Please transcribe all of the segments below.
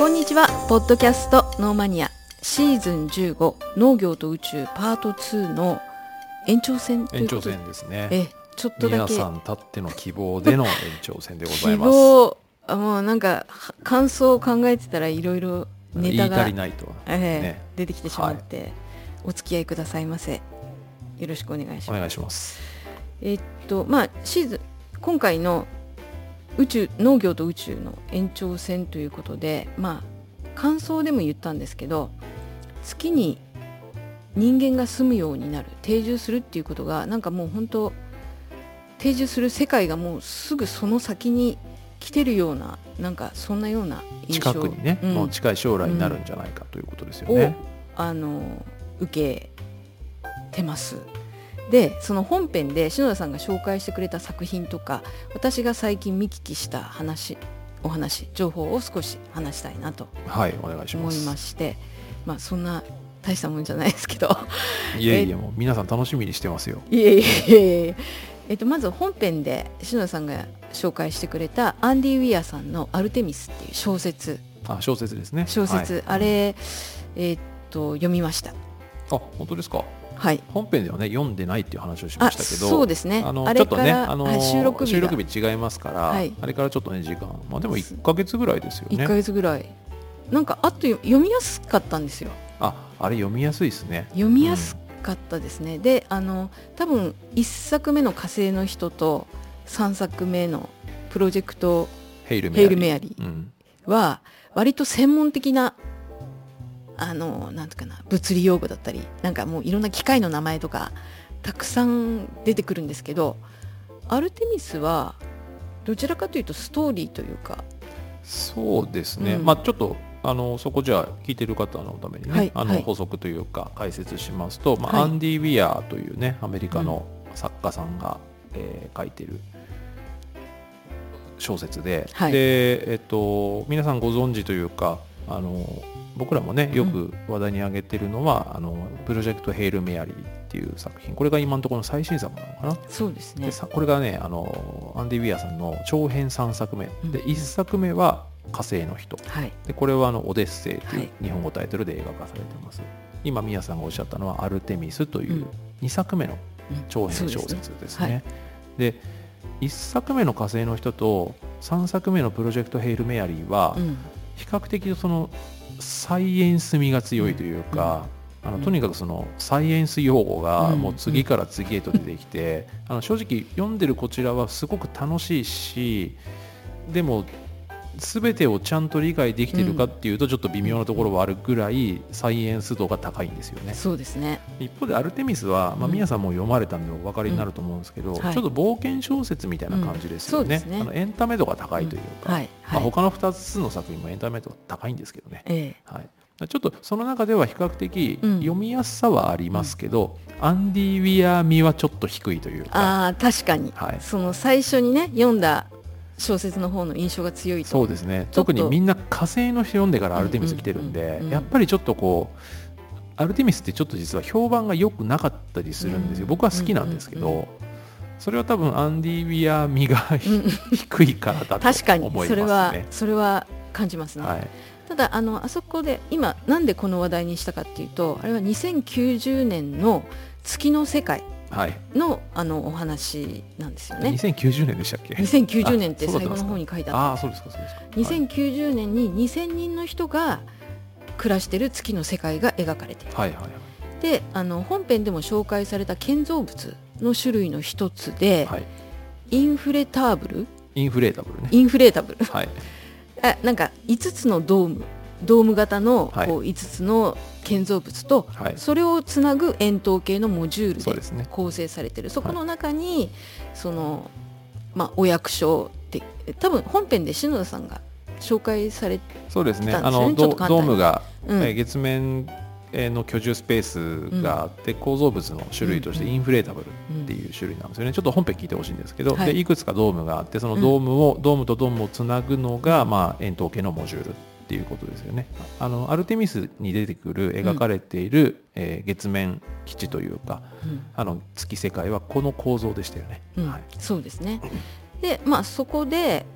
こんにちは。ポッドキャストノーマニアシーズン15農業と宇宙パート2の延長戦ということで。 延長戦ですね。 ちょっとだけ皆さんたっての希望での延長戦でございます。 希望、もうなんか感想を考えてたらいろいろネタが言い足りないと、ね、 出てきてしまって、はい、お付き合いくださいませ。よろしくお願いします。 お願いします。 シーズン今回の農業と宇宙の延長戦ということで、感想でも言ったんですけど、月に人間が住むようになる、定住するっていうことがなんかもう本当定住する世界がもうすぐその先に来てるような、なんかそんなような印象、 近くにね、もう近い将来になるんじゃないかということですよね。 受けてます。でその本編で篠田さんが紹介してくれた作品とか、私が最近見聞きしたお話情報を少し話したいなと思いまして、そんな大したもんじゃないですけどいえいえ、もう皆さん楽しみにしてますよ。 まず本編で篠田さんが紹介してくれたアンディ・ウィアさんのアルテミスっていう小説。 小説ですね。 小説、はい、あれ、読みました。 本当ですか。 はい、 本編ではね読んでないっていう話をしましたけど、 そうですね、 あれからちょっとね、収録日違いますから、はい、あれからちょっとね時間、でも1ヶ月ぐらいですよね。 1ヶ月ぐらいなんか読みやすかったんですよ。 あれ読みやすいですね。 読みやすかったですね。で多分1作目の火星の人と3作目のプロジェクトヘイルメアリーは割と専門的ななんていうかな、物理用語だったり、なんかもういろんな機械の名前とかたくさん出てくるんですけど、アルテミスはどちらかというとストーリーというか。 そうですね、ちょっとそこじゃあ聞いてる方のためにね、補足というか解説しますと、アンディ・ウィアというねアメリカの作家さんが、書いてる小説で、で、皆さんご存知というか僕らもねよく話題に挙げてるのは、プロジェクトヘイルメアリーっていう作品、これが今のところの最新作なのかな。 そうですね。 これがねアンディ・ウィアさんの長編3作目で、1作目は火星の人、でこれはオデッセイという日本語タイトルで映画化されてます。今宮さんがおっしゃったのはアルテミスという2作目の長編小説ですね。で1作目の火星の人と3作目のプロジェクトヘイルメアリーは比較的そのサイエンス味が強いというか、とにかくそのサイエンス用語がもう次から次へと出てきて、正直読んでるこちらはすごく楽しいし、でも全てをちゃんと理解できてるかっていうとちょっと微妙なところはあるぐらいサイエンス度が高いんですよね。 そうですね。 一方でアルテミスは、皆さんも読まれたんでお分かりになると思うんですけど、ちょっと冒険小説みたいな感じですよね。エンタメ度が高いというか、他の2つの作品もエンタメ度が高いんですけどね、ちょっとその中では比較的読みやすさはありますけど、アンディ・ウィア味はちょっと低いというか。 確かに、その最初にね読んだ小説の方の印象が強いと。 そうですね。特にみんな火星の人読んでからアルテミス来てるんで、やっぱりちょっとこうアルテミスってちょっと実は評判が良くなかったりするんですよ。僕は好きなんですけど、それは多分アンディ・ウィア味が低いからだと思いますね。確かにそれは感じますね。ただあそこで今なんでこの話題にしたかっていうと、あれは2090年の月の世界の、お話なんですよね。 2090年でしたっけ。 2090年って最後の方に書いてあった。 そうですか。 2090年に2000人の人が暮らしている月の世界が描かれている。で本編でも紹介された建造物の種類の一つで、インフレータブルなんか5つのドーム型のこう5つの建造物と、それをつなぐ円筒形のモジュールで構成されている。そこの中にその、お役所って多分本編で篠田さんが紹介されたんですよね。そうですね。 ドームが、月面の居住スペースがあって、構造物の種類としてインフレータブルっていう種類なんですよね。ちょっと本編聞いてほしいんですけど、でいくつかドームがあって、そのドームとドームをつなぐのが、円筒形のモジュールっていうことですよね。アルテミスに出てくる描かれている、月面基地というか、月世界はこの構造でしたよね。 そうですね。でそこで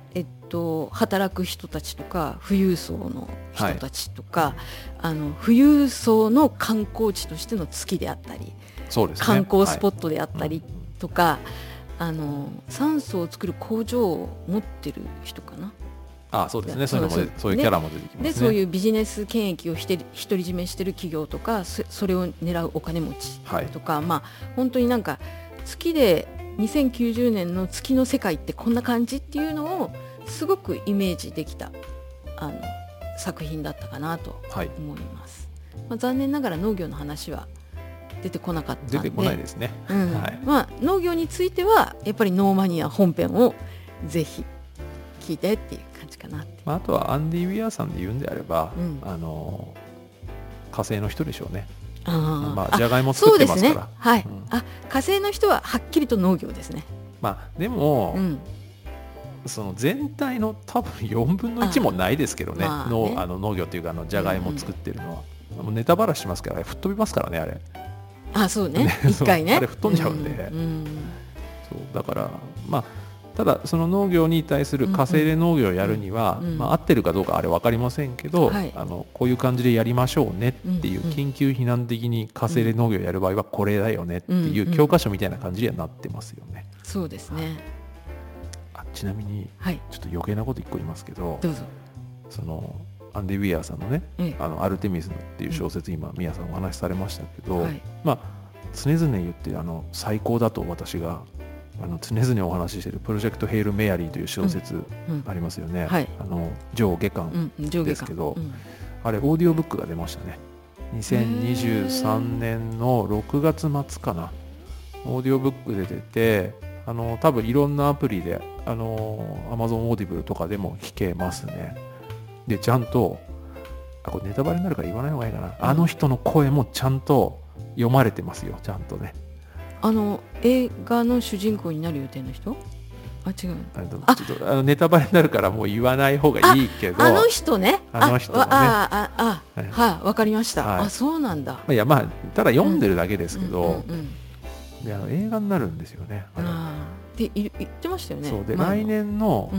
働く人たちとか富裕層の人たちとか、富裕層の観光地としての月であったり、 そうですね、 観光スポットであったりとか、酸素を作る工場を持ってる人かな。 そうですね、そういうキャラも出てきますね。 でそういうビジネス権益を独り占めしてる企業とか、それを狙うお金持ちとか、本当になんか月で2090年の月の世界ってこんな感じっていうのをすごくイメージできた作品だったかなと思います。残念ながら農業の話は出てこなかったんで、 出てこないですね。 農業についてはやっぱりノーマニア本編をぜひ聞いてっていう感じかなって。 あとはアンディ・ウィアーさんで言うんであれば、火星の人でしょうね。じゃがいも作ってますから。 そうですね。火星の人ははっきりと農業ですね。 でも、その全体の多分4分の1もないですけどね、農業というかじゃがいも作ってるのは、ネタバラしますから吹っ飛びますからね、あれ。 そうね、一回ねあれ吹っ飛んじゃうんで、そうだからただその農業に対する火星で農業をやるには、合ってるかどうかあれ分かりませんけど、こういう感じでやりましょうねっていう、緊急避難的に火星で農業をやる場合はこれだよねっていう教科書みたいな感じにはなってますよね。 そうですね。 ちなみにちょっと余計なこと1個言いますけど、 どうぞ。 そのアンディ・ウィアーさんのね、アルテミスっていう小説、今宮さんお話しされましたけど、常々言って最高だと私が常々お話ししているプロジェクトヘイル・メアリーという小説ありますよね。上下巻ですけど、あれオーディオブックが出ましたね。2023年の6月末かな。オーディオブックで出て、多分いろんなアプリでAmazon オーディブルとかでも聞けますね。でちゃんとこれネタバレになるから言わない方がいいかな、あの人の声もちゃんと読まれてますよ、ちゃんとね。 映画の主人公になる予定の人？違う。 ちょっとネタバレになるからもう言わない方がいいけど、 あの人ね、 あの人ね、 わかりました。そうなんだ。 いやただ読んでるだけですけど、映画になるんですよね。 って言ってましたよね。 そうで、来年の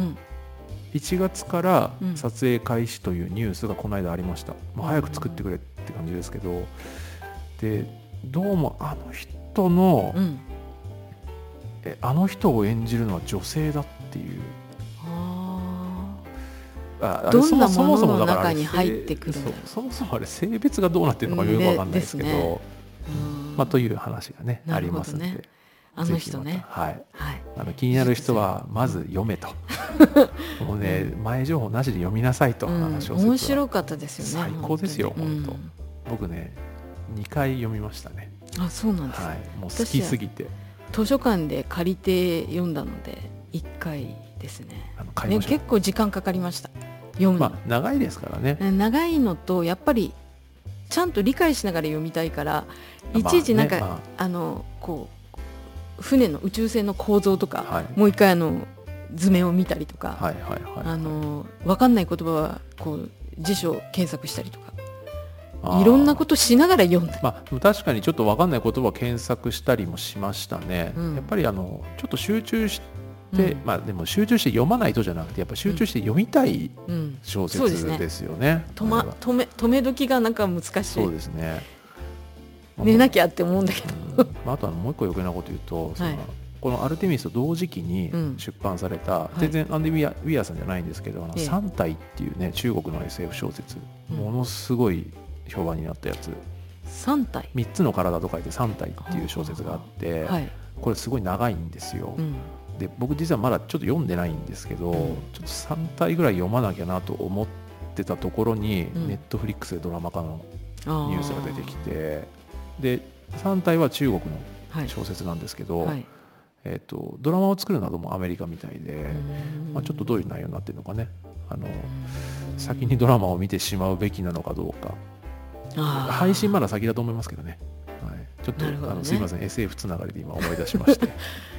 1月から撮影開始というニュースがこの間ありました。早く作ってくれって感じですけど、でどうもあの人の、あの人を演じるのは女性だっていう。 どんなものの中に入ってくるんだろう。 そもそもあれ性別がどうなってるのかよくわかんないですけど、という話がねありますので、 あの人ね、 気になる人はまず読めともうね、前情報なしで読みなさいと。 面白かったですよね。 最高ですよ、本当。僕ね2回読みましたね。 そうなんです。 もう好きすぎて図書館で借りて読んだので1回ですね。結構時間かかりました、読むの。 長いですからね。 長いのと、やっぱりちゃんと理解しながら読みたいから、いちいちなんか、こう船の宇宙船の構造とか、もう一回図面を見たりとか、分かんない言葉はこう辞書を検索したりとか、いろんなことしながら読んだ。 確かにちょっと分かんない言葉を検索したりもしましたね。やっぱりちょっと集中して、でも集中して読まないとじゃなくて、やっぱ集中して読みたい小説ですよね。 止め時がなんか難しい。 そうですね。 寝なきゃって思うんだけど、 あとはもう一個余計なこと言うと、このアルテミスと同時期に出版された、全然アンディ・ウィアーさんじゃないんですけど、三体っていうね、中国の SF 小説、ものすごい評判になったやつ。 三体、 3つの体と書いて三体っていう小説があって、これすごい長いんですよ。で僕実はまだちょっと読んでないんですけど、ちょっと3体ぐらい読まなきゃなと思ってたところに、ネットフリックスでドラマ化のニュースが出てきて、で3体は中国の小説なんですけど、ドラマを作るなどもアメリカみたいで、ちょっとどういう内容になってるのかね、先にドラマを見てしまうべきなのかどうか。配信まだ先だと思いますけどね。ちょっとすいません、 SF つながりで今思い出しまして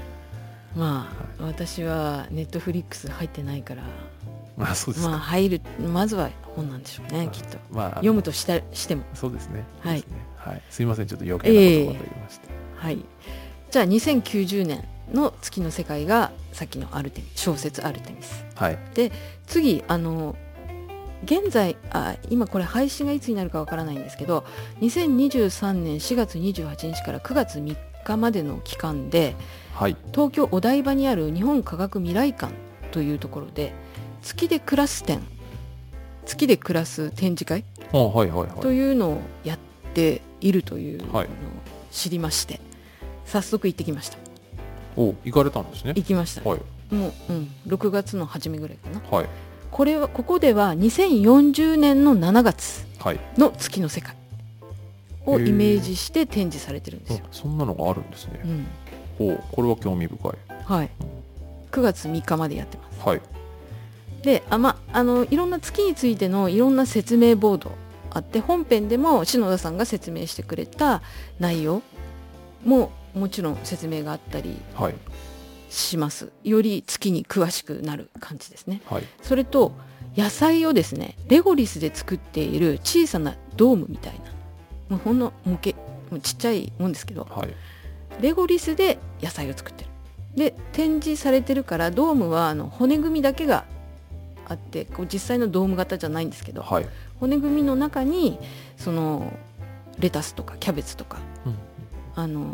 私はネットフリックス入ってないから、 そうですか。 まずは本なんでしょうね、きっと。読むとしても。 そうですね。すいません、ちょっと余計なことを言いまして。 じゃあ2090年の月の世界がさっきの小説アルテミス、 はい、 で次現在今これ配信がいつになるかわからないんですけど、2023年4月28日から9月3日までの期間で、 はい、 東京お台場にある日本科学未来館というところで月で暮らす展示会というのをやっているというのを知りまして、早速行ってきました。 行かれたんですね。 行きました、はい、もう、6月の初めぐらいかな、 はい、 ここでは2040年の7月の月の世界をイメージして展示されてるんですよ。 そんなのがあるんですね、これは興味深い。 はい、9月3日までやってます。 はい、 でいろんな月についてのいろんな説明ボードあって、本編でも篠田さんが説明してくれた内容ももちろん説明があったりします、はい、より月に詳しくなる感じですね、 はい、 それと野菜をですねレゴリスで作っている小さなドームみたいな、もうほんのもうちっちゃいもんですけど、 はい、 レゴリスで野菜を作ってる。で展示されてるから、ドームは骨組みだけがあって、実際のドーム型じゃないんですけど、はい、骨組みの中にそのレタスとかキャベツとか、何が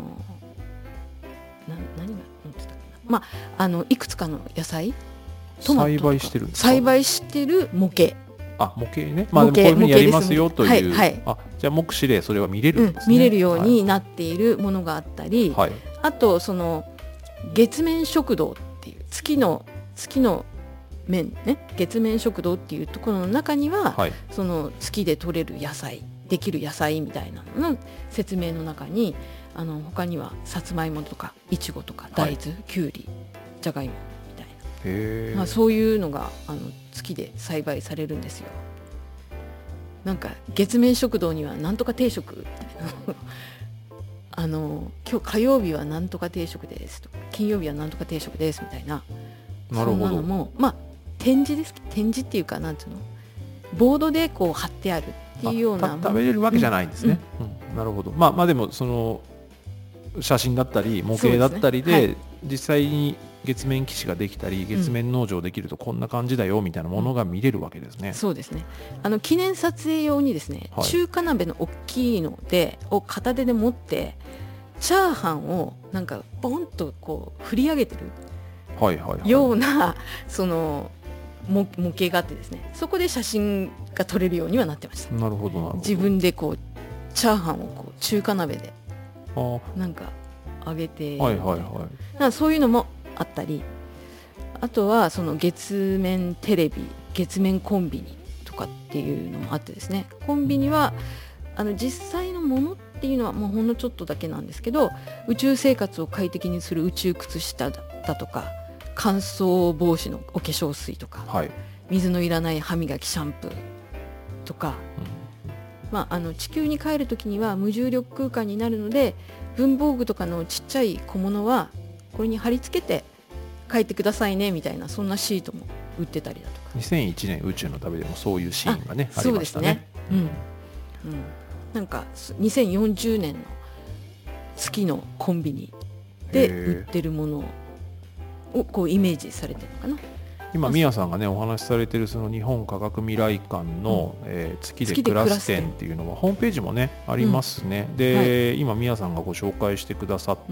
載ってたかな、いくつかの野菜、トマトとか栽培してるんですか？ 栽培してる模型。 模型ね。でもこういうふうにやりますよという、はい、じゃあ目視でそれは見れるんですね。 見れるようになっているものがあったり、 はい、 あとその月面食堂っていう月の面ね、月面食堂っていうところの中には、はい、その月で採れる野菜、できる野菜みたいなのの説明の中に、他にはさつまいもとかいちごとか大豆、きゅうり、じゃがいもみたいな、そういうのが月で栽培されるんですよ。なんか月面食堂にはなんとか定食みたいな今日火曜日はなんとか定食ですとか、金曜日はなんとか定食ですみたいな、 なるほど。 そんなのも展示っていうか、なんていうの、ボードでこう貼ってあるっていうような、 食べれるわけじゃないんですね、なるほど。でもその写真だったり模型だったりで、はい、実際に月面基地ができたり月面農場できるとこんな感じだよみたいなものが見れるわけですね、 そうですね。記念撮影用にですね、はい、中華鍋の大きいのを片手で持ってチャーハンをなんかボンとこう振り上げてるようなその模型があってですね、そこで写真が撮れるようにはなってました。 なるほど。 自分でこうチャーハンをこう中華鍋でなんか揚げて、そういうのもあったり、あとはその月面テレビ、月面コンビニとかっていうのもあってですね、コンビニは実際のものっていうのはもうほんのちょっとだけなんですけど、宇宙生活を快適にする宇宙靴下だとか、乾燥防止のお化粧水とか、はい、水のいらない歯磨きシャンプーとか、地球に帰るときには無重力空間になるので、文房具とかのちっちゃい小物はこれに貼り付けて帰ってくださいねみたいな、そんなシートも売ってたりだとか。 2001年宇宙の旅でもそういうシーンがね、ありましたね。 なんか2040年の月のコンビニで売ってるものをこうイメージされてるのかな。 今宮さんがねお話しされてるその日本科学未来館の、月で暮らす展っていうのはホームページもねありますね、で、はい、今宮さんがご紹介してくださった、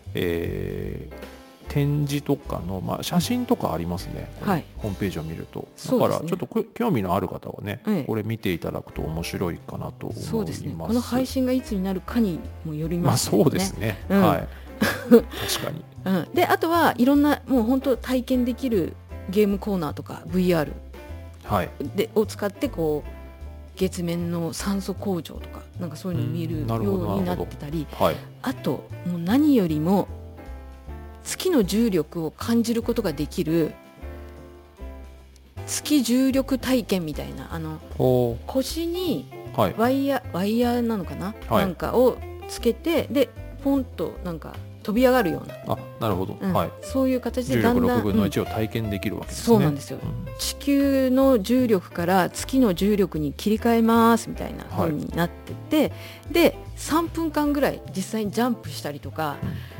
展示とかの、写真とかありますね、はい、ホームページを見ると。だからちょっと興味のある方はね、これ見ていただくと面白いかなと思います。 そうですね、この配信がいつになるかにもよりますね。 そうですね、はい。確かに、 であとはいろんなもう本当体験できるゲームコーナーとか VR を使ってこう月面の酸素工場とかなんかそういうのを見るようになってたり、あともう何よりも月の重力を感じることができる月重力体験みたいな、腰にワイヤーなのかな、なんかをつけて、でポンとなんか飛び上がるような、 なるほど、 そういう形でだんだん重力6分の1を体験できるわけですね。 そうなんですよ、地球の重力から月の重力に切り替えますみたいな風になってて、で3分間ぐらい実際にジャンプしたりとか、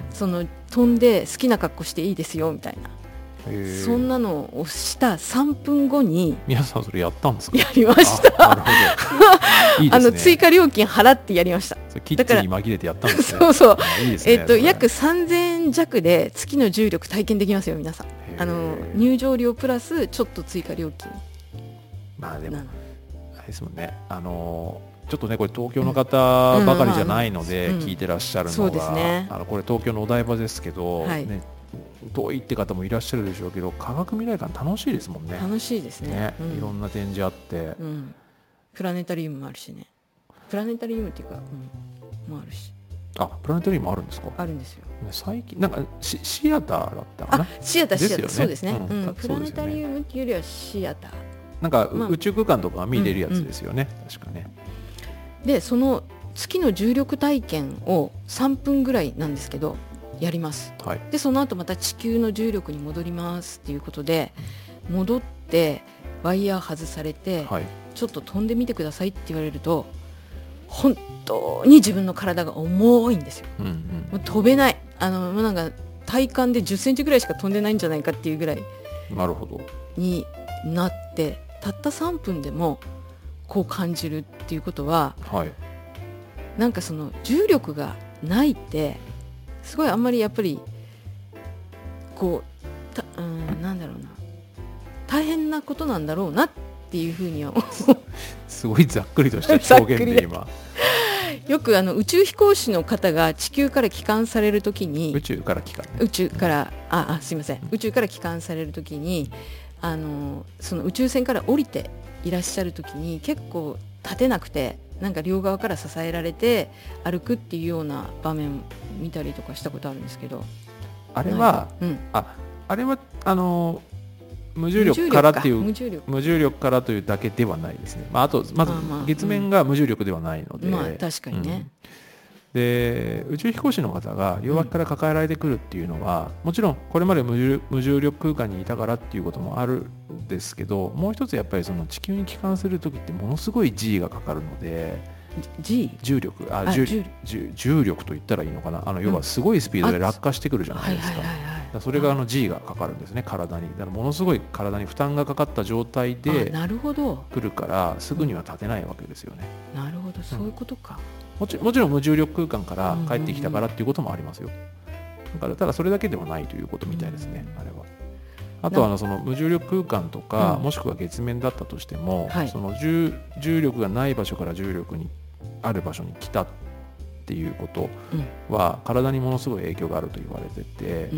その飛んで好きな格好していいですよみたいな、そんなのをした3分後に皆さんそれやったんですか？ やりました。 なるほどいいですね。 追加料金払ってやりました。 キッチンに紛れてやったんですね。 そうそう、 いいですね。 約3000円弱で月の重力体験できますよ皆さん。入場料プラスちょっと追加料金。 まあでもあれですもんね、ちょっとねこれ東京の方ばかりじゃないので聞いてらっしゃるのが、 そうですね、 これ東京のお台場ですけど、 はいね、遠いって方もいらっしゃるでしょうけど、科学未来館楽しいですもんね。 楽しいですね、 いろんな展示あって、 プラネタリウムもあるしね。プラネタリウムっていうか、もあるし。 プラネタリウムあるんですか？ あるんですよ。 最近なんかシアターだったかな。 シアターですよね。 そうですね。プラネタリウムっていうよりはシアター。 なんか宇宙空間とか見れるやつですよね、確かね。 でその月の重力体験を3分ぐらいなんですけどやります、はい、でその後また地球の重力に戻りますっていうことで、戻ってワイヤー外されて、はい、ちょっと飛んでみてくださいって言われると本当に自分の体が重いんですよ、もう飛べない、もうなんか体感で10センチぐらいしか飛んでないんじゃないかっていうぐらいになってたった3分でもこう感じるっていうことは、はい、なんかその重力がないってすごいあんまりやっぱりこうなんだろうな、大変なことなんだろうなっていうふうにはすごいざっくりとした表現で今よく宇宙飛行士の方が地球から帰還されるときに宇宙から帰還、ね、 宇宙からすいません、宇宙から帰還されるときにその宇宙船から降りていらっしゃるときに結構立てなくてなんか両側から支えられて歩くっていうような場面見たりとかしたことあるんですけど、 あれは、あれは無重力からっていう無重力からというだけではないですね。まず月面が無重力ではないので、 確かにね、 で宇宙飛行士の方が両脇から抱えられてくるっていうのは、もちろんこれまで無重力空間にいたからっていうこともあるんですけど、もう一つやっぱりその地球に帰還する時ってものすごい G がかかるので、重力と言ったらいいのかな、要はすごいスピードで落下してくるじゃないですか。それがG がかかるんですね、体に。だからものすごい体に負担がかかった状態で来るからすぐには立てないわけですよね。 なるほど、そういうことか。 もちろん無重力空間から帰ってきたからっていうこともありますよ。だからただそれだけではないということみたいですね、あれは。あとはその無重力空間とか、もしくは月面だったとしても、その重力がない場所から重力にある場所に来たっていうことは、体にものすごい影響があると言われてて、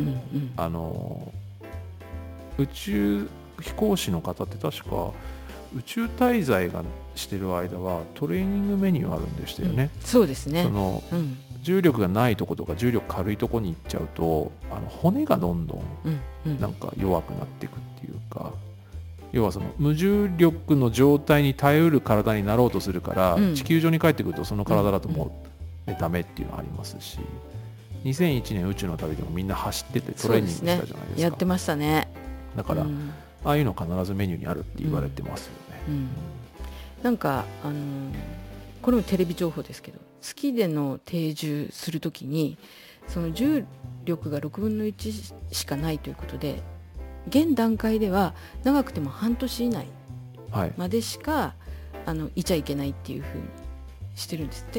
宇宙飛行士の方って確か宇宙滞在がしてる間はトレーニングメニューあるんでしたよね。 そうですね。 その重力がないとことか重力軽いとこに行っちゃうと骨がどんどんなんか弱くなっていくっていうか、要はその無重力の状態に耐えうる体になろうとするから、地球上に帰ってくるとその体だともう、ダメっていうのはありますし、2001年宇宙の旅でもみんな走っててトレーニングしたじゃないですか。 やってましたね。 だから、ああいうの必ずメニューにあるって言われてますよね。 なんかこれもテレビ情報ですけど、月での定住するときにその重力が6分の1しかないということで、現段階では長くても半年以内までしか、いちゃいけないっていうふうにしてるんですって。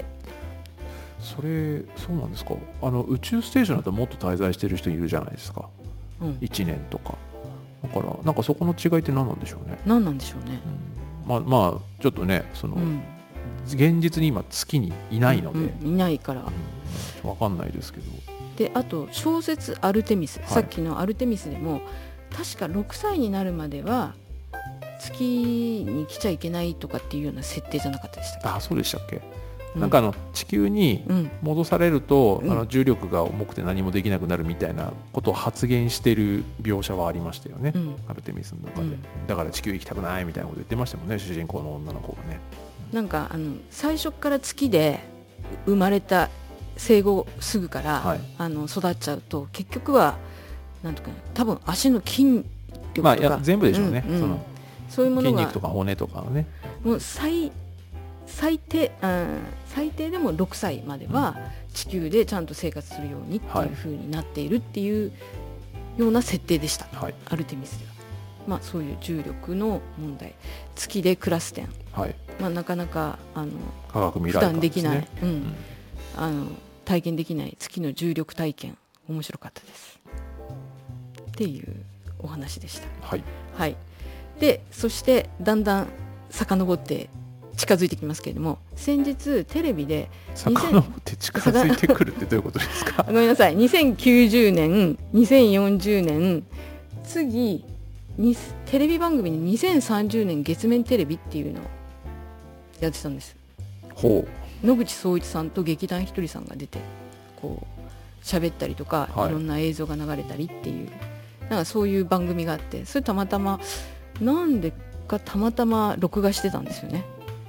そうなんですか。宇宙ステーションだともっと滞在してる人いるじゃないですか、1年とか。だからなんかそこの違いって何なんでしょうね。 何なんでしょうね。 まあちょっとね、その、現実に今月にいないので、 いないから、 分かんないですけど。 であと小説アルテミス、さっきのアルテミスでも確か6歳になるまでは月に来ちゃいけないとかっていうような設定じゃなかったでしたっけ？ そうでしたっけ？なんか地球に戻されると、重力が重くて何もできなくなるみたいなことを発言している描写はありましたよね、アルテミスの中で。だから地球行きたくないみたいなこと言ってましたもんね、主人公の女の子がね。 なんか最初から月で生まれた生後すぐから、育っちゃうと結局はなんとか多分足の筋力とか、 全部でしょうね、 そういうものが筋肉とか骨とかね、 もう最最低でも6歳までは地球でちゃんと生活するようにっていう風になっているっていうような設定でした、はい、アルテミスでは、そういう重力の問題、月で暮らす点、はい、なかなか負担できない、体験できない月の重力体験、面白かったですっていうお話でした。はい、はい、でそしてだんだん遡って近づいてきますけれども、先日テレビで遡って近づいてくるってどういうことですか？ ごめんなさい、2090年2040年次テレビ番組に2030年月面テレビっていうのをやってたんです。 ほう。 野口聡一さんと劇団ひとりさんが出てこう喋ったりとか、いろんな映像が流れたりっていう、なんかそういう番組があって、それたまたま録画してたんですよね。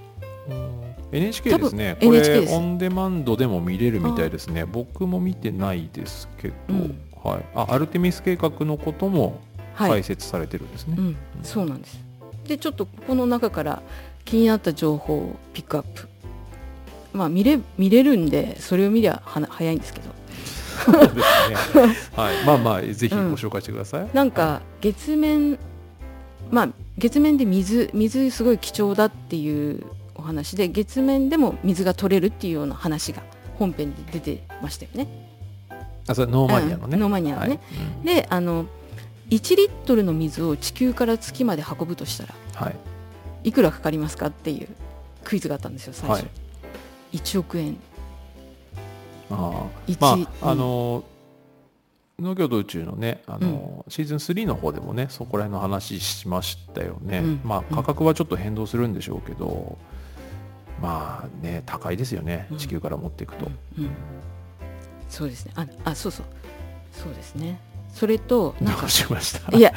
NHK ですね。これオンデマンドでも見れるみたいですね。僕も見てないですけど、はい、アルテミス計画のことも解説されてるんですね。 そうなんです。でちょっとここの中から気になった情報をピックアップ、見れるんでそれを見りゃ早いんですけどそうですね、はい、ぜひご紹介してください。 なんか月面、月面で水すごい貴重だっていうお話で、月面でも水が取れるっていうような話が本編で出てましたよね。 それノーマニアのね、 ノーマニアのね、で1リットルの水を地球から月まで運ぶとしたら、いくらかかりますかっていうクイズがあったんですよ最初。1億円。 農業と宇宙のねシーズン3の方でもねそこら辺の話しましたよね。価格はちょっと変動するんでしょうけど、高いですよね、地球から持っていくと。 そうですね。そうですね。それとどうしました？ いや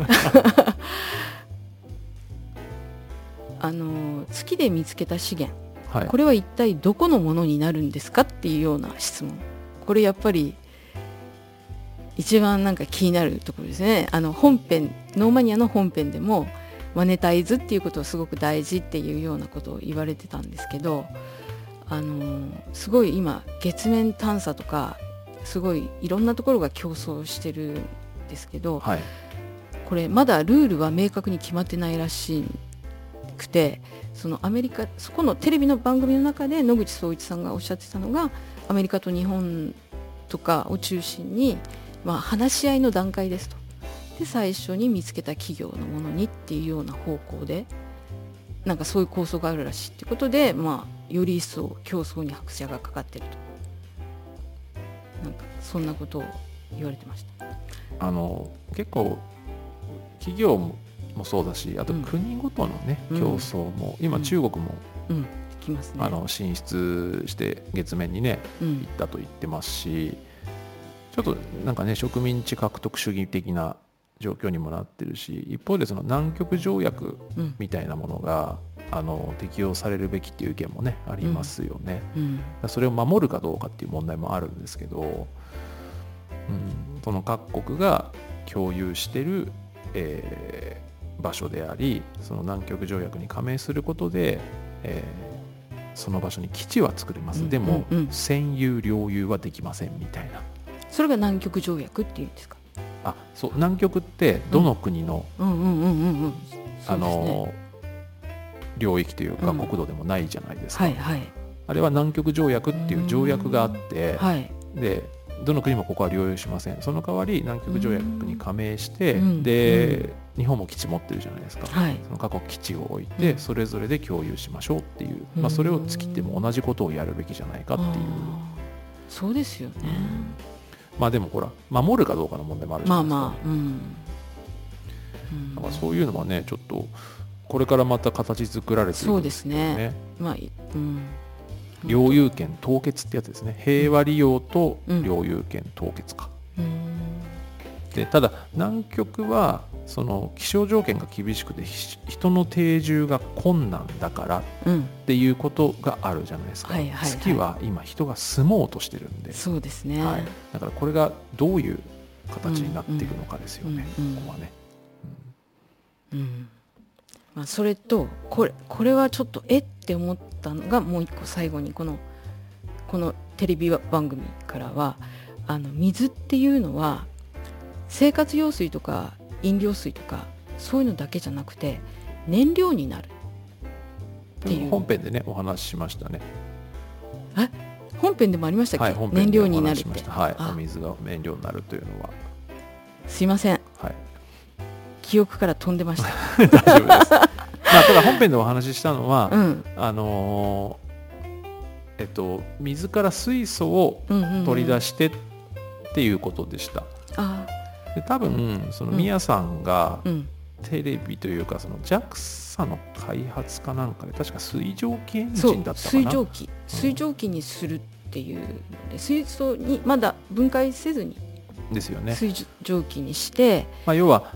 月で見つけた資源、これは一体どこのものになるんですかっていうような質問、これやっぱり一番なんか気になるところですね。本編ノーマニアの本編でもマネタイズっていうことをすごく大事っていうようなことを言われてたんですけど、すごい今月面探査とかすごいいろんなところが競争してるんですけど、これまだルールは明確に決まってないらしくて、そのそこのテレビの番組の中で野口聡一さんがおっしゃってたのが、アメリカと日本とかを中心に、話し合いの段階ですと。で最初に見つけた企業のものにっていうような方向で、なんかそういう構想があるらしいってことで、より一層競争に拍車がかかってると、なんかそんなことを言われてました。 結構企業もそうだし、あと国ごとのね、競争も今中国も、 きますね、 進出して月面にね、行ったと言ってますし、ちょっとなんかね植民地獲得主義的な状況にもなってるし、一方でその南極条約みたいなものが、適用されるべきっていう意見もねありますよね。それを守るかどうかっていう問題もあるんですけど、その各国が共有してる、場所であり、その南極条約に加盟することで、その場所に基地は作れます、でも占有領有はできませんみたいな、 それが南極条約っていうんですか？ そう、南極ってどの国の領域というか国土でもないじゃないですか。あれは南極条約っていう条約があって、でどの国もここは領有しません。その代わり南極条約に加盟して、で日本も基地持ってるじゃないですか。その各国基地を置いて、それぞれで共有しましょうっていう、それを月っても同じことをやるべきじゃないかっていう。 そうですよね。 でもほら守るかどうかの問題もあるじゃないですか。だからそういうのはねちょっとこれからまた形作られていくんですよね。領有権凍結ってやつですね。平和利用と領有権凍結か。でただ南極はその気象条件が厳しくて人の定住が困難だからっていうことがあるじゃないですか。月は今人が住もうとしてるんで、 そうですね、 だからこれがどういう形になっていくのかですよね、ここはね。 それとこれはちょっとってって思ったのがもう一個最後にこのテレビ番組からは水っていうのは生活用水とか飲料水とかそういうのだけじゃなくて燃料になるっていう本編でねお話ししましたね。 本編でもありましたっけ、 はい、本編でお話ししました。はい、お水が燃料になるというのはすいません、 はい、 記憶から飛んでました大丈夫ですただ本編でお話ししたのは、水から水素を取り出してっていうことでした。で多分その宮さんがテレビというかその JAXA の開発かなんかで確か水蒸気エンジンだったかな。 水蒸気にするっていうので水素にまだ分解せずにですよね。 水蒸気にして、 要は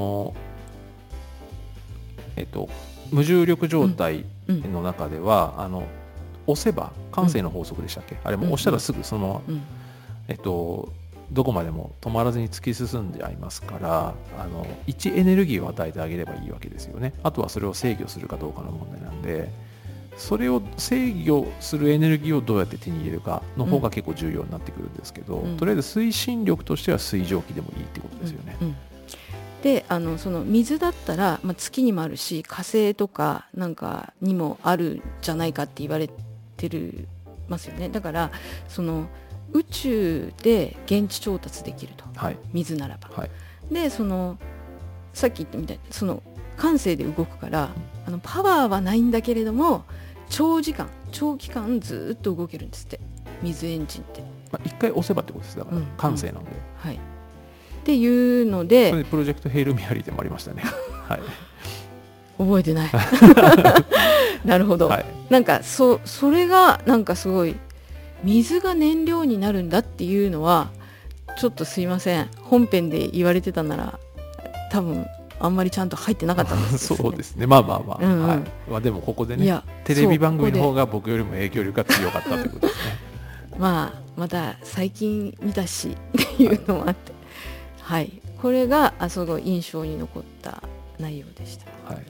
無重力状態の中では、押せば慣性の法則でしたっけ、あれも押したらすぐそのまま、どこまでも止まらずに突き進んでありますから位置エネルギーを与えてあげればいいわけですよね。あとはそれを制御するかどうかの問題なんで、それを制御するエネルギーをどうやって手に入れるかの方が結構重要になってくるんですけど、とりあえず推進力としては水蒸気でもいいってことですよね。 でその水だったら、月にもあるし火星とかなんかにもあるんじゃないかって言われてますよね。だからその宇宙で現地調達できると、水ならば、でそのさっき言ったみたいにその慣性で動くからパワーはないんだけれども長期間ずっと動けるんですって、水エンジンって。 一回押せばってことです。だから慣性なので、 っていうので、 それプロジェクトヘイルメアリーでもありましたね覚えてないなるほど、なんかそれがなんかすごい水が燃料になるんだっていうのはちょっとすいません、本編で言われてたなら多分あんまりちゃんと入ってなかったんですそうですね。でもここでねテレビ番組の方が僕よりも影響力が強かったということですねまた最近見たしっていうのもあって、これがすごい印象に残った内容でした。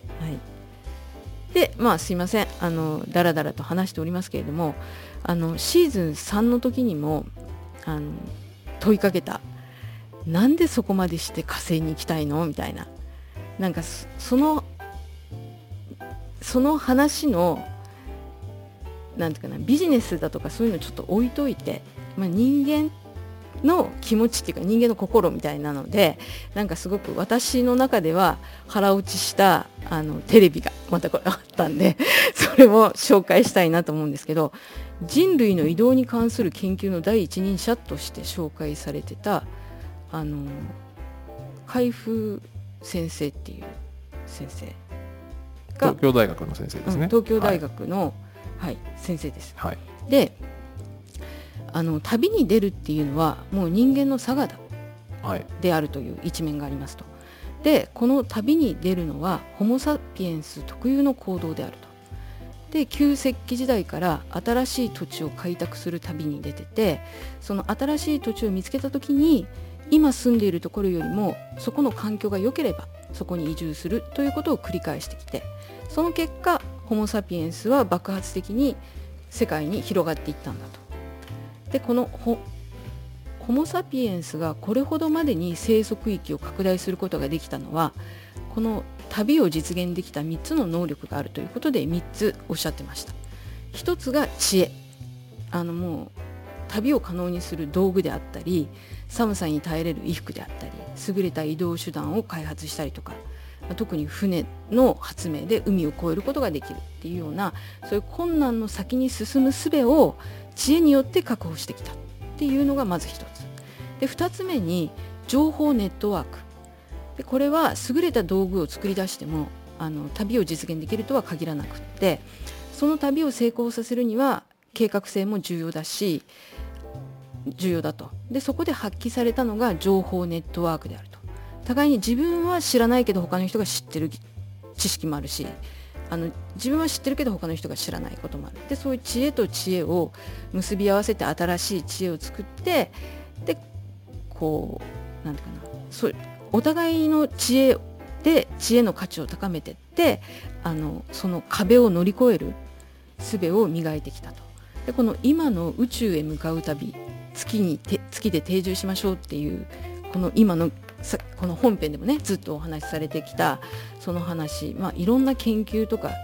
ですいませんだらだらと話しておりますけれどもシーズン3の時にも問いかけた、なんでそこまでして火星に行きたいのみたいな、なんかその話のなんていうかな、ビジネスだとかそういうのちょっと置いといて、人間の気持ちっていうか人間の心みたいなので、なんかすごく私の中では腹落ちしたテレビがまたこれあったんでそれを紹介したいなと思うんですけど、人類の移動に関する研究の第一人者として紹介されてた海部先生っていう先生が東京大学の先生ですね。 東京大学の、先生です。で旅に出るっていうのはもう人間の差がであるという一面がありますと。でこの旅に出るのはホモ・サピエンス特有の行動であると。で旧石器時代から新しい土地を開拓する旅に出てて、その新しい土地を見つけた時に今住んでいるところよりもそこの環境が良ければそこに移住するということを繰り返してきて、その結果ホモ・サピエンスは爆発的に世界に広がっていったんだと。でこのホモ・サピエンスがこれほどまでに生息域を拡大することができたのはこの旅を実現できた3つの能力があるということで3つおっしゃってました。1つが知恵、もう旅を可能にする道具であったり寒さに耐えれる衣服であったり優れた移動手段を開発したりとか、特に船の発明で海を越えることができるっていうような、そういう困難の先に進む術を知恵によって確保してきたっていうのがまず一つで、2つ目に情報ネットワークで、これは優れた道具を作り出しても旅を実現できるとは限らなくって、その旅を成功させるには計画性も重要だと。でそこで発揮されたのが情報ネットワークであると。互いに自分は知らないけど他の人が知ってる知識もあるし、自分は知ってるけど他の人が知らないこともある。でそういう知恵と知恵を結び合わせて新しい知恵を作って、でこうなんていうかな、そうお互いの知恵で知恵の価値を高めていってその壁を乗り越える術を磨いてきたと。でこの今の宇宙へ向かう旅、月で定住しましょうっていうこの今のこの本編でもねずっとお話しされてきたその話、いろんな研究とか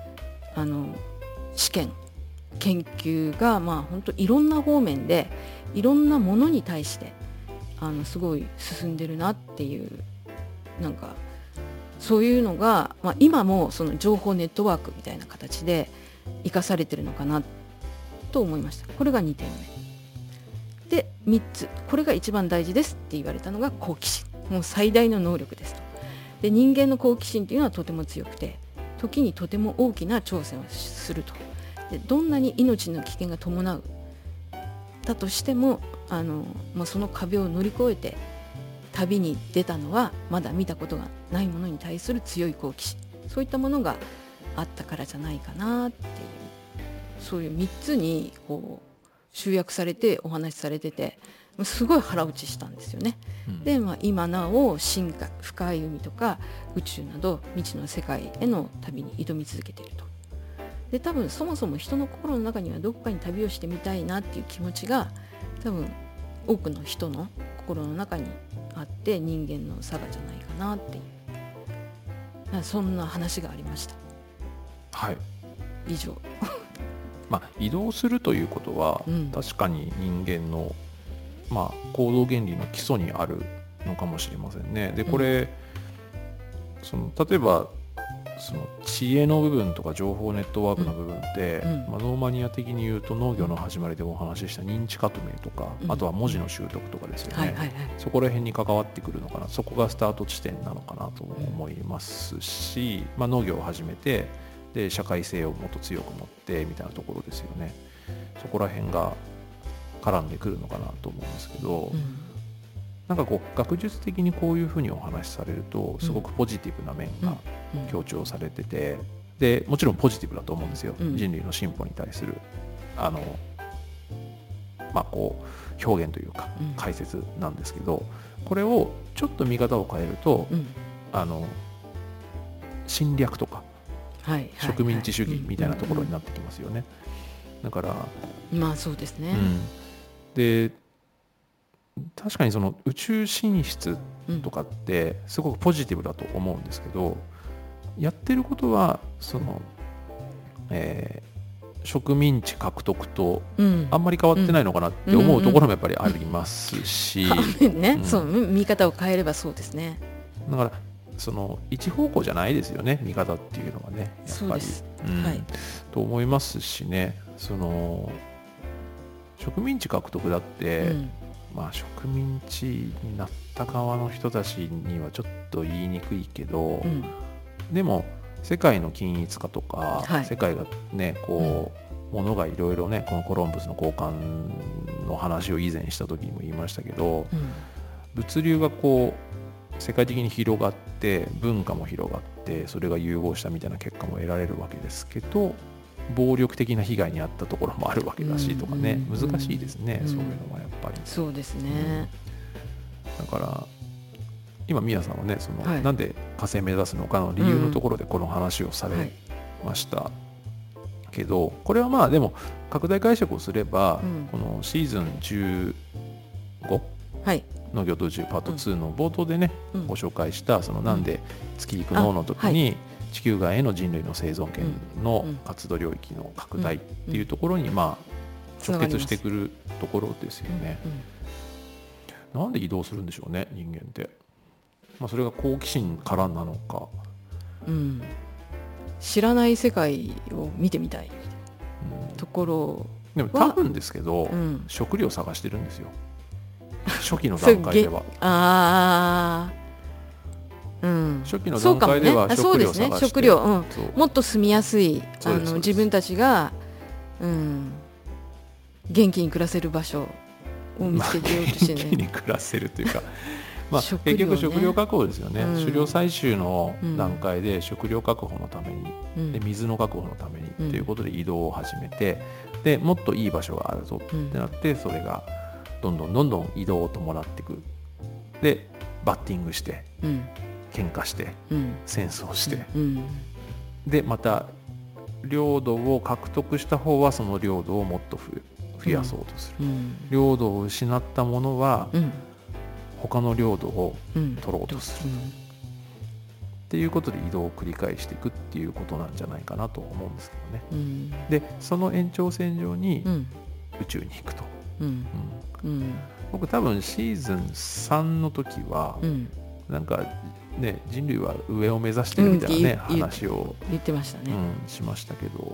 試験研究が本当いろんな方面でいろんなものに対してすごい進んでるなっていう、なんかそういうのが、今もその情報ネットワークみたいな形で生かされてるのかなと思いました。これが2点目で、3つこれが一番大事ですって言われたのが好奇心、もう最大の能力ですと。で人間の好奇心というのはとても強くて、時にとても大きな挑戦をすると。でどんなに命の危険が伴うだとしてもその壁を乗り越えて旅に出たのはまだ見たことがないものに対する強い好奇心、そういったものがあったからじゃないかなっていう、そういう3つにこう集約されてお話しされてて、すごい腹落ちしたんですよね。で、今なお深い海とか宇宙など未知の世界への旅に挑み続けていると。で多分そもそも人の心の中にはどこかに旅をしてみたいなっていう気持ちが多分多くの人の心の中にあって、人間の差がじゃないかなっていう、そんな話がありました。 はい、 以上移動するということは、確かに人間の、行動原理の基礎にあるのかもしれませんね。でこれ、例えばその知恵の部分とか情報ネットワークの部分って、ノーマニア的に言うと農業の始まりでお話しした認知革命とか、あとは文字の習得とかですよね、そこら辺に関わってくるのかな、そこがスタート地点なのかなと思いますし、農業を始めてで社会性をもっと強く持ってみたいなところですよね。そこら辺が絡んでくるのかなと思うんですけど、なんかこう学術的にこういうふうにお話しされるとすごくポジティブな面が強調されてて、でもちろんポジティブだと思うんですよ、人類の進歩に対するこう表現というか解説なんですけど、これをちょっと見方を変えると、侵略とか植民地主義みたいなところになってきますよね。だからそうですね、 で確かにその宇宙進出とかってすごくポジティブだと思うんですけど、やってることはその、植民地獲得とあんまり変わってないのかなって思うところもやっぱりありますし、 そう見方を変えればそうですね。 だからその一方向じゃないですよね、見方っていうのがね、やっぱりと思いますしね。その植民地獲得だって、植民地になった側の人たちにはちょっと言いにくいけど、でも世界の均一化とか、世界がねこう、ものがいろいろね、このコロンブスの交換の話を以前した時にも言いましたけど、物流がこう世界的に広がって文化も広がってそれが融合したみたいな結果も得られるわけですけど、暴力的な被害に遭ったところもあるわけだしとかね、難しいですね、そういうのはやっぱり。 そうですね、 だから今宮さんはね、その、なんで火星目指すのかの理由のところでこの話をされましたけど、これはでも拡大解釈をすれば、このシーズン15、農業と宇宙パート2の冒頭でね、ご紹介したそのなんで月行くのの時に、地球外への人類の生存権の活動領域の拡大っていうところに直結してくるところですよね。なんで移動するんでしょうね、人間って。それが好奇心からなのか、 知らない世界を見てみたいところでも多分ですけど、食料を探してるんですよ、初期の段階では。初期の段階では食料を探して、 食料、もっと住みやすい自分たちが、元気に暮らせる場所を見つけてようとしてね、 元気に暮らせるというか結局食料確保ですよね、狩猟採集の段階で食料確保のために、で水の確保のためにということで移動を始めて、でもっといい場所があるぞってなって、それがどんどん移動を伴っていく。でバッティングして、喧嘩して、戦争して、でまた領土を獲得した方はその領土をもっと増やそうとする、領土を失った者は他の領土を取ろうとする、っていうことで移動を繰り返していくっていうことなんじゃないかなと思うんですけどね、でその延長線上に宇宙に行くと、僕多分シーズン3の時は、なんかね、人類は上を目指してるみたいなね、話を言ってましたね、 しましたけど、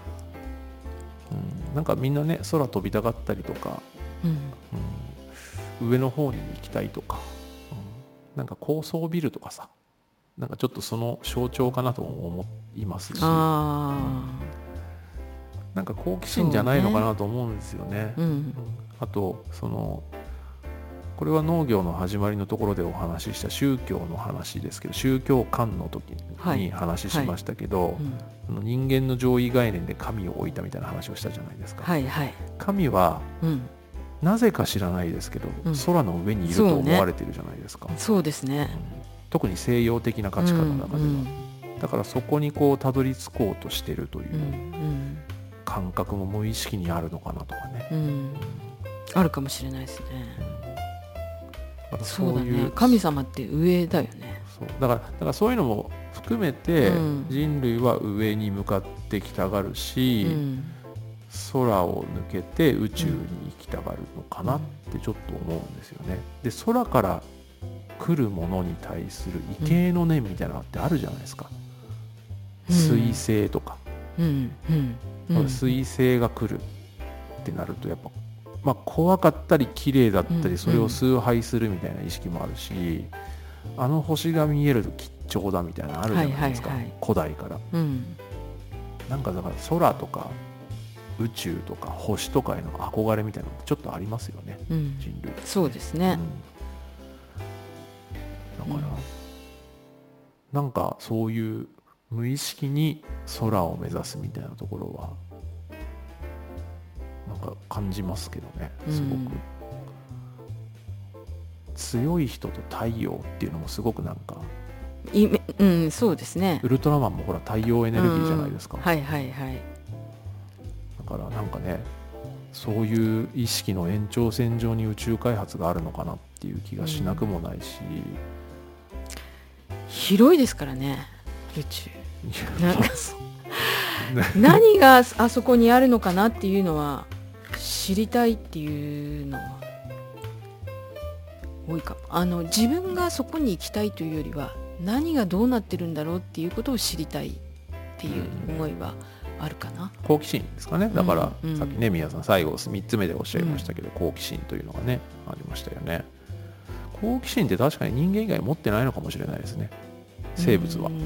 なんかみんなね空飛びたがったりとか、上の方に行きたいとか、なんか高層ビルとかさ、なんかちょっとその象徴かなと思いますし、なんか好奇心じゃないのかなと思うんですよね。あとこれは農業の始まりのところでお話しした宗教の話ですけど、宗教観の時に話しましたけど、人間の上位概念で神を置いたみたいな話をしたじゃないですか。神は、なぜか知らないですけど、空の上にいると思われてるじゃないですか。 そうですね、 特に西洋的な価値観の中では、だからそこにこうたどり着こうとしてるという感覚も無意識にあるのかなとかね、 あるかもしれないですね。そうだね、神様って上だよね。 だからそういうのも含めて、人類は上に向かってきたがるし、空を抜けて宇宙に行きたがるのかなってちょっと思うんですよね。で空から来るものに対する畏敬の念みたいなのってあるじゃないですか、彗星とか、彗星が来るってなるとやっぱ怖かったり綺麗だったり、それを崇拝するみたいな意識もあるし、あの星が見えると吉兆だみたいなのあるじゃないですか、古代から、なんかだから空とか宇宙とか星とかへの憧れみたいなのってちょっとありますよね、人類。 そうですね、 だから、なんかそういう無意識に空を目指すみたいなところはなんか感じますけどね、すごく、強い人と太陽っていうのもすごくなんかそうですね。 ウルトラマンもほら太陽エネルギーじゃないですか、 だからなんかね、そういう意識の延長線上に宇宙開発があるのかなっていう気がしなくもないし、 広いですからね宇宙。なんか何があそこにあるのかなっていうのは知りたいっていうのは多いかも。自分がそこに行きたいというよりは何がどうなってるんだろうっていうことを知りたいっていう思いはあるかな。 好奇心ですかね。だから、さっきね宮さん最後3つ目でおっしゃいましたけど、好奇心というのがねありましたよね。好奇心って確かに人間以外持ってないのかもしれないですね、生物は。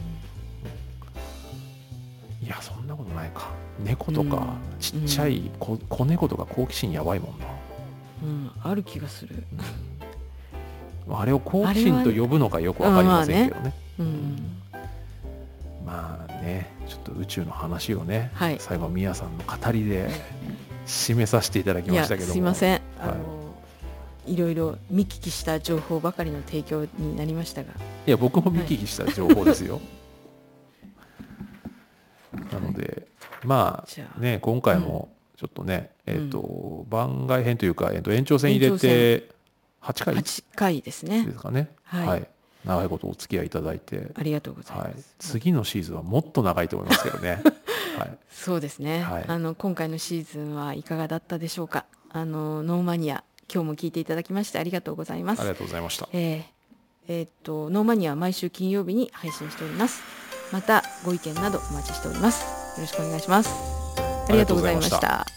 いやそんなことないか。猫とかちっちゃい子猫とか好奇心やばいもんな。 ある気がする。 あれを好奇心と呼ぶのかよくわかりませんけどね。まあね、ちょっと宇宙の話をね、最後宮さんの語りで締めさせていただきましたけども。 すいません、いろいろ見聞きした情報ばかりの提供になりましたが。 いや僕も見聞きした情報ですよ。なのでまあね、今回もちょっとね、番外編というか、延長戦入れて8回ですね。 ですかね。はい。長いことお付き合いいただいてありがとうございます。 次のシーズンはもっと長いと思いますけどね。 そうですね。今回のシーズンはいかがだったでしょうか。ノーマニア今日も聞いていただきましてありがとうございます。 ありがとうございました。 ノーマニアは毎週金曜日に配信しております。またご意見などお待ちしております。よろしくお願いします。ありがとうございました。